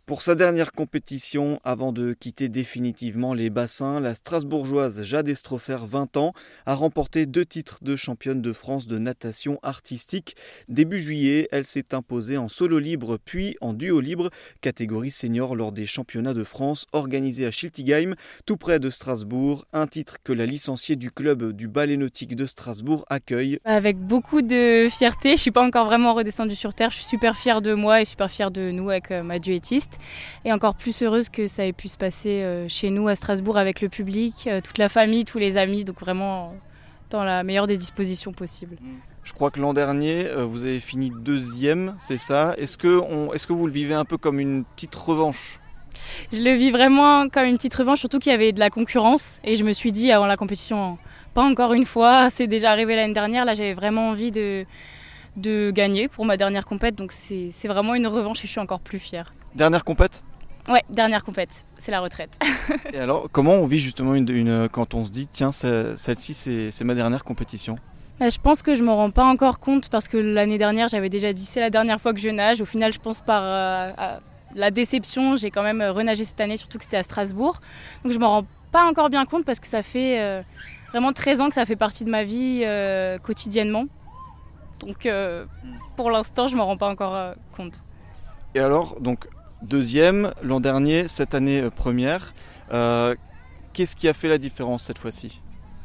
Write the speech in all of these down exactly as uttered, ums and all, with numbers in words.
Pour sa dernière compétition, avant de quitter définitivement les bassins, la Strasbourgeoise Jade Estrofer, vingt ans, a remporté deux titres de championne de France de natation artistique. Début juillet, elle s'est imposée en solo libre puis en duo libre, catégorie senior lors des championnats de France organisés à Schiltigheim, tout près de Strasbourg, un titre que la licenciée du club du ballet nautique de Strasbourg accueille. Avec beaucoup de fierté, je ne suis pas encore vraiment redescendue sur terre, je suis super fière de moi et super fière de nous avec ma duettiste. Et encore plus heureuse que ça ait pu se passer chez nous à Strasbourg avec le public, toute la famille, tous les amis, donc vraiment dans la meilleure des dispositions possibles. Je crois que l'an dernier, vous avez fini deuxième, c'est ça. Est-ce que, on, est-ce que vous le vivez un peu comme une petite revanche ? Je le vis vraiment comme une petite revanche, surtout qu'il y avait de la concurrence. Et je me suis dit avant la compétition, pas encore une fois, c'est déjà arrivé l'année dernière, là j'avais vraiment envie de, de gagner pour ma dernière compète. Donc c'est, c'est vraiment une revanche et je suis encore plus fière. Dernière compète ? Ouais, dernière compète, c'est la retraite. Et alors, comment on vit justement une, une, quand on se dit, tiens, celle-ci, c'est, c'est ma dernière compétition ? Je pense que je ne me rends pas encore compte parce que l'année dernière, j'avais déjà dit c'est la dernière fois que je nage. Au final, je pense par euh, la déception, j'ai quand même renagé cette année, surtout que c'était à Strasbourg. Donc je ne me rends pas encore bien compte parce que ça fait euh, vraiment treize ans que ça fait partie de ma vie euh, quotidiennement. Donc euh, pour l'instant, je ne me rends pas encore euh, compte. Et alors, donc deuxième, l'an dernier, cette année euh, première. Euh, qu'est-ce qui a fait la différence cette fois-ci ?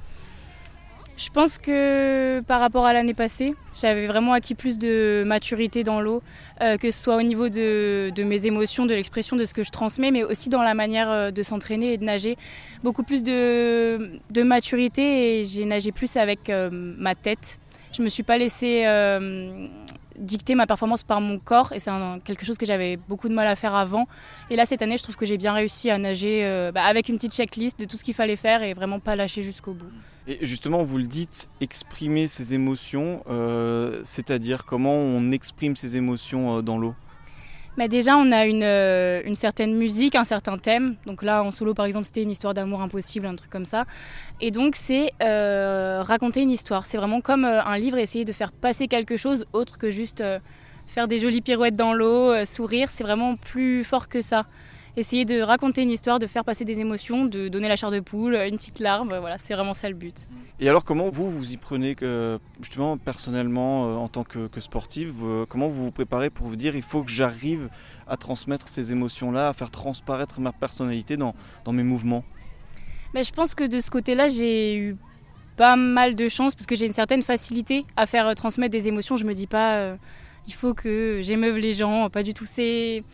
Je pense que par rapport à l'année passée, j'avais vraiment acquis plus de maturité dans l'eau, euh, que ce soit au niveau de, de mes émotions, de l'expression de ce que je transmets, mais aussi dans la manière de s'entraîner et de nager. Beaucoup plus de, de maturité et j'ai nagé plus avec euh, ma tête. Je ne me suis pas laissée euh, dicter ma performance par mon corps et c'est un, quelque chose que j'avais beaucoup de mal à faire avant. Et là, cette année, je trouve que j'ai bien réussi à nager euh, bah, avec une petite checklist de tout ce qu'il fallait faire et vraiment pas lâcher jusqu'au bout. Et justement, vous le dites, exprimer ses émotions, euh, c'est-à-dire comment on exprime ses émotions euh, dans l'eau ? Bah déjà, on a une, euh, une certaine musique, un certain thème. Donc là, en solo, par exemple, c'était une histoire d'amour impossible, un truc comme ça. Et donc, c'est euh, raconter une histoire. C'est vraiment comme euh, un livre, essayer de faire passer quelque chose autre que juste euh, faire des jolies pirouettes dans l'eau, euh, sourire. C'est vraiment plus fort que ça. Essayer de raconter une histoire, de faire passer des émotions, de donner la chair de poule, une petite larme, voilà, c'est vraiment ça le but. Et alors comment vous vous y prenez que, justement personnellement euh, en tant que, que sportive, euh, comment vous vous préparez pour vous dire il faut que j'arrive à transmettre ces émotions-là, à faire transparaître ma personnalité dans, dans mes mouvements ? Mais je pense que de ce côté-là, j'ai eu pas mal de chance parce que j'ai une certaine facilité à faire transmettre des émotions. Je me dis pas euh, il faut que j'émeuve les gens, pas du tout. C'est...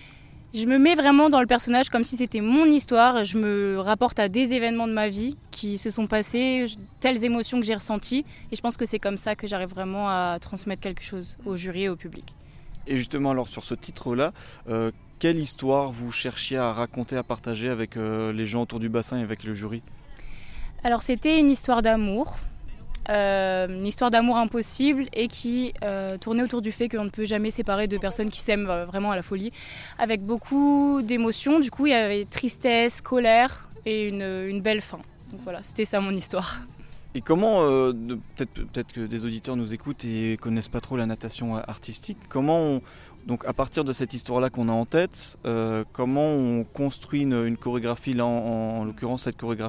Je me mets vraiment dans le personnage comme si c'était mon histoire. Je me rapporte à des événements de ma vie qui se sont passés, telles émotions que j'ai ressenties. Et je pense que c'est comme ça que j'arrive vraiment à transmettre quelque chose au jury et au public. Et justement, alors sur ce titre-là, euh, quelle histoire vous cherchiez à raconter, à partager avec euh, les gens autour du bassin et avec le jury ? Alors c'était une histoire d'amour. Euh, une histoire d'amour impossible et qui euh, tournait autour du fait qu'on ne peut jamais séparer deux personnes qui s'aiment vraiment à la folie, avec beaucoup d'émotions. Du coup, il y avait tristesse, colère et une, une belle fin. Donc voilà, c'était ça mon histoire. Et comment, euh, de, peut-être, peut-être que des auditeurs nous écoutent et connaissent pas trop la natation artistique, comment on, donc à partir de cette histoire-là qu'on a en tête, euh, comment on construit une, une chorégraphie, là, en, en l'occurrence cette chorégraphie-là ?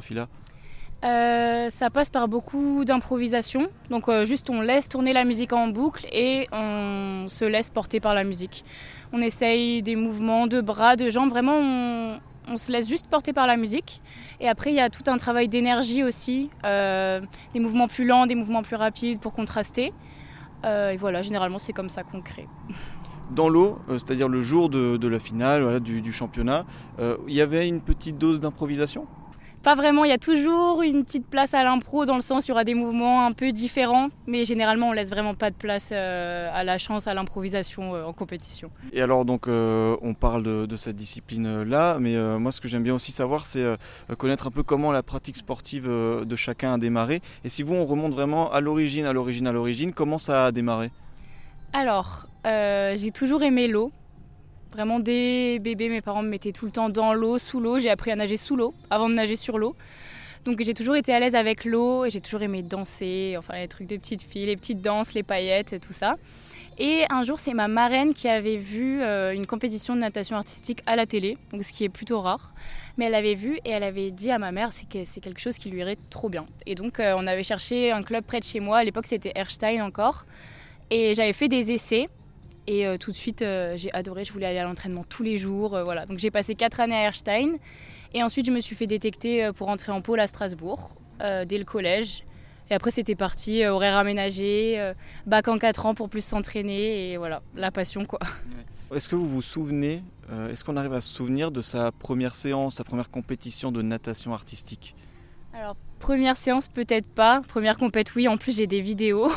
Euh, ça passe par beaucoup d'improvisation, donc euh, juste on laisse tourner la musique en boucle et on se laisse porter par la musique. On essaye des mouvements de bras, de jambes, vraiment on, on se laisse juste porter par la musique. Et après il y a tout un travail d'énergie aussi, euh, des mouvements plus lents, des mouvements plus rapides pour contraster. Euh, et voilà, généralement c'est comme ça qu'on crée. Dans l'eau, euh, c'est-à-dire le jour de, de la finale, voilà, du, du championnat, euh, il y avait une petite dose d'improvisation ? Pas vraiment, il y a toujours une petite place à l'impro dans le sens où il y aura des mouvements un peu différents, mais généralement on laisse vraiment pas de place euh, à la chance, à l'improvisation euh, en compétition. Et alors donc euh, on parle de, de cette discipline-là, mais euh, moi ce que j'aime bien aussi savoir c'est euh, connaître un peu comment la pratique sportive euh, de chacun a démarré. Et si vous on remonte vraiment à l'origine, à l'origine, à l'origine, comment ça a démarré ? Alors, euh, j'ai toujours aimé l'eau. Vraiment, dès bébé, mes parents me mettaient tout le temps dans l'eau, sous l'eau. J'ai appris à nager sous l'eau, avant de nager sur l'eau. Donc j'ai toujours été à l'aise avec l'eau et j'ai toujours aimé danser, enfin les trucs de petites filles, les petites danses, les paillettes, tout ça. Et un jour, c'est ma marraine qui avait vu euh, une compétition de natation artistique à la télé, donc ce qui est plutôt rare. Mais elle avait vu et elle avait dit à ma mère c'est que c'est quelque chose qui lui irait trop bien. Et donc euh, on avait cherché un club près de chez moi. À l'époque, c'était Erstein encore. Et j'avais fait des essais. Et euh, tout de suite, euh, j'ai adoré. Je voulais aller à l'entraînement tous les jours. Euh, voilà. Donc j'ai passé quatre années à Erstein. Et ensuite, je me suis fait détecter pour entrer en pôle à Strasbourg, euh, dès le collège. Et après, c'était parti, euh, horaire aménagé, euh, bac en quatre ans pour plus s'entraîner. Et voilà, la passion, quoi. Est-ce que vous vous souvenez, euh, est-ce qu'on arrive à se souvenir de sa première séance, sa première compétition de natation artistique ? Alors, première séance, peut-être pas. Première compète, oui. En plus, j'ai des vidéos.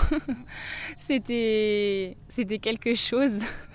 c'était... c'était quelque chose.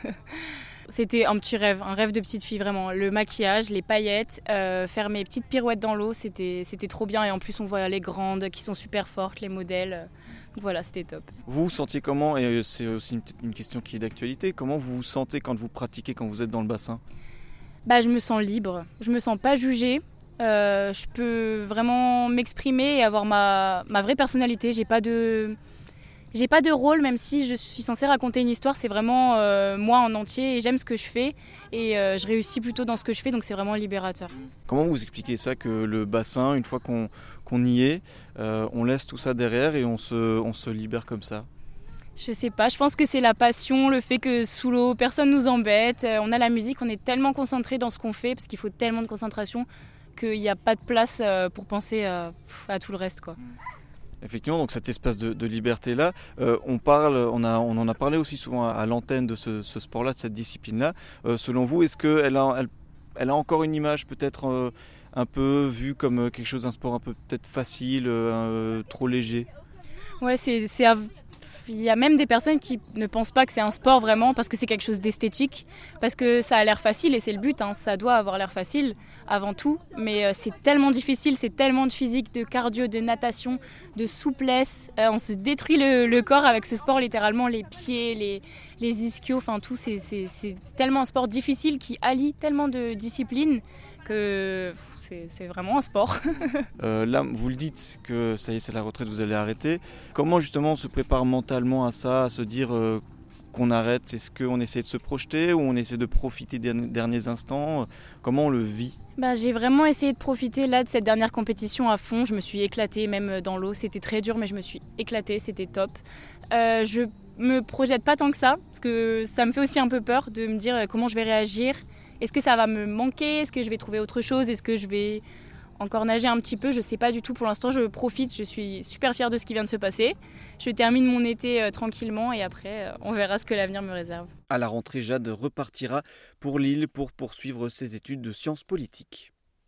C'était un petit rêve, un rêve de petite fille, vraiment. Le maquillage, les paillettes, euh, faire mes petites pirouettes dans l'eau, c'était, c'était trop bien. Et en plus, on voit les grandes qui sont super fortes, les modèles. Donc voilà, c'était top. Vous vous sentiez comment ? Et c'est aussi une, une question qui est d'actualité. Comment vous vous sentez quand vous pratiquez, quand vous êtes dans le bassin ? Bah, je me sens libre. Je me sens pas jugée. Euh, je peux vraiment m'exprimer et avoir ma, ma vraie personnalité. J'ai pas de, j'ai pas de rôle, même si je suis censée raconter une histoire. C'est vraiment euh, moi en entier et j'aime ce que je fais et euh, je réussis plutôt dans ce que je fais, donc c'est vraiment libérateur. Comment vous expliquez ça, que le bassin, une fois qu'on, qu'on y est, euh, on laisse tout ça derrière et on se, on se libère comme ça ? Je sais pas, je pense que c'est la passion, le fait que sous l'eau, personne nous embête. On a la musique, on est tellement concentré dans ce qu'on fait parce qu'il faut tellement de concentration qu'il n'y a pas de place pour penser à, à tout le reste, quoi. Effectivement, donc cet espace de, de liberté-là, euh, on parle, on, a, on en a parlé aussi souvent à, à l'antenne de ce, ce sport-là, de cette discipline-là. Euh, selon vous, est-ce qu'elle a, elle, elle a encore une image peut-être euh, un peu vue comme quelque chose, un sport un peu peut-être facile, euh, trop léger ? Ouais, c'est, c'est à... il y a même des personnes qui ne pensent pas que c'est un sport vraiment parce que c'est quelque chose d'esthétique, parce que ça a l'air facile et c'est le but, hein, ça doit avoir l'air facile avant tout, mais euh, c'est tellement difficile, c'est tellement de physique, de cardio, de natation, de souplesse, euh, on se détruit le, le corps avec ce sport littéralement, les pieds, les, les ischios, enfin tout, c'est, c'est, c'est tellement un sport difficile qui allie tellement de disciplines que... C'est, c'est vraiment un sport. euh, là, vous le dites que ça y est, c'est la retraite, vous allez arrêter. Comment justement on se prépare mentalement à ça, à se dire euh, qu'on arrête ? Est-ce qu'on essaie de se projeter ou on essaie de profiter des derniers instants ? Comment on le vit ? Bah, j'ai vraiment essayé de profiter là de cette dernière compétition à fond. Je me suis éclatée, même dans l'eau. C'était très dur, mais je me suis éclatée, c'était top. Euh, je me projette pas tant que ça, parce que ça me fait aussi un peu peur de me dire comment je vais réagir. Est-ce que ça va me manquer ? Est-ce que je vais trouver autre chose ? Est-ce que je vais encore nager un petit peu ? Je ne sais pas du tout. Pour l'instant, je profite. Je suis super fière de ce qui vient de se passer. Je termine mon été euh, tranquillement et après, euh, on verra ce que l'avenir me réserve. À la rentrée, Jade repartira pour Lille pour poursuivre ses études de sciences politiques.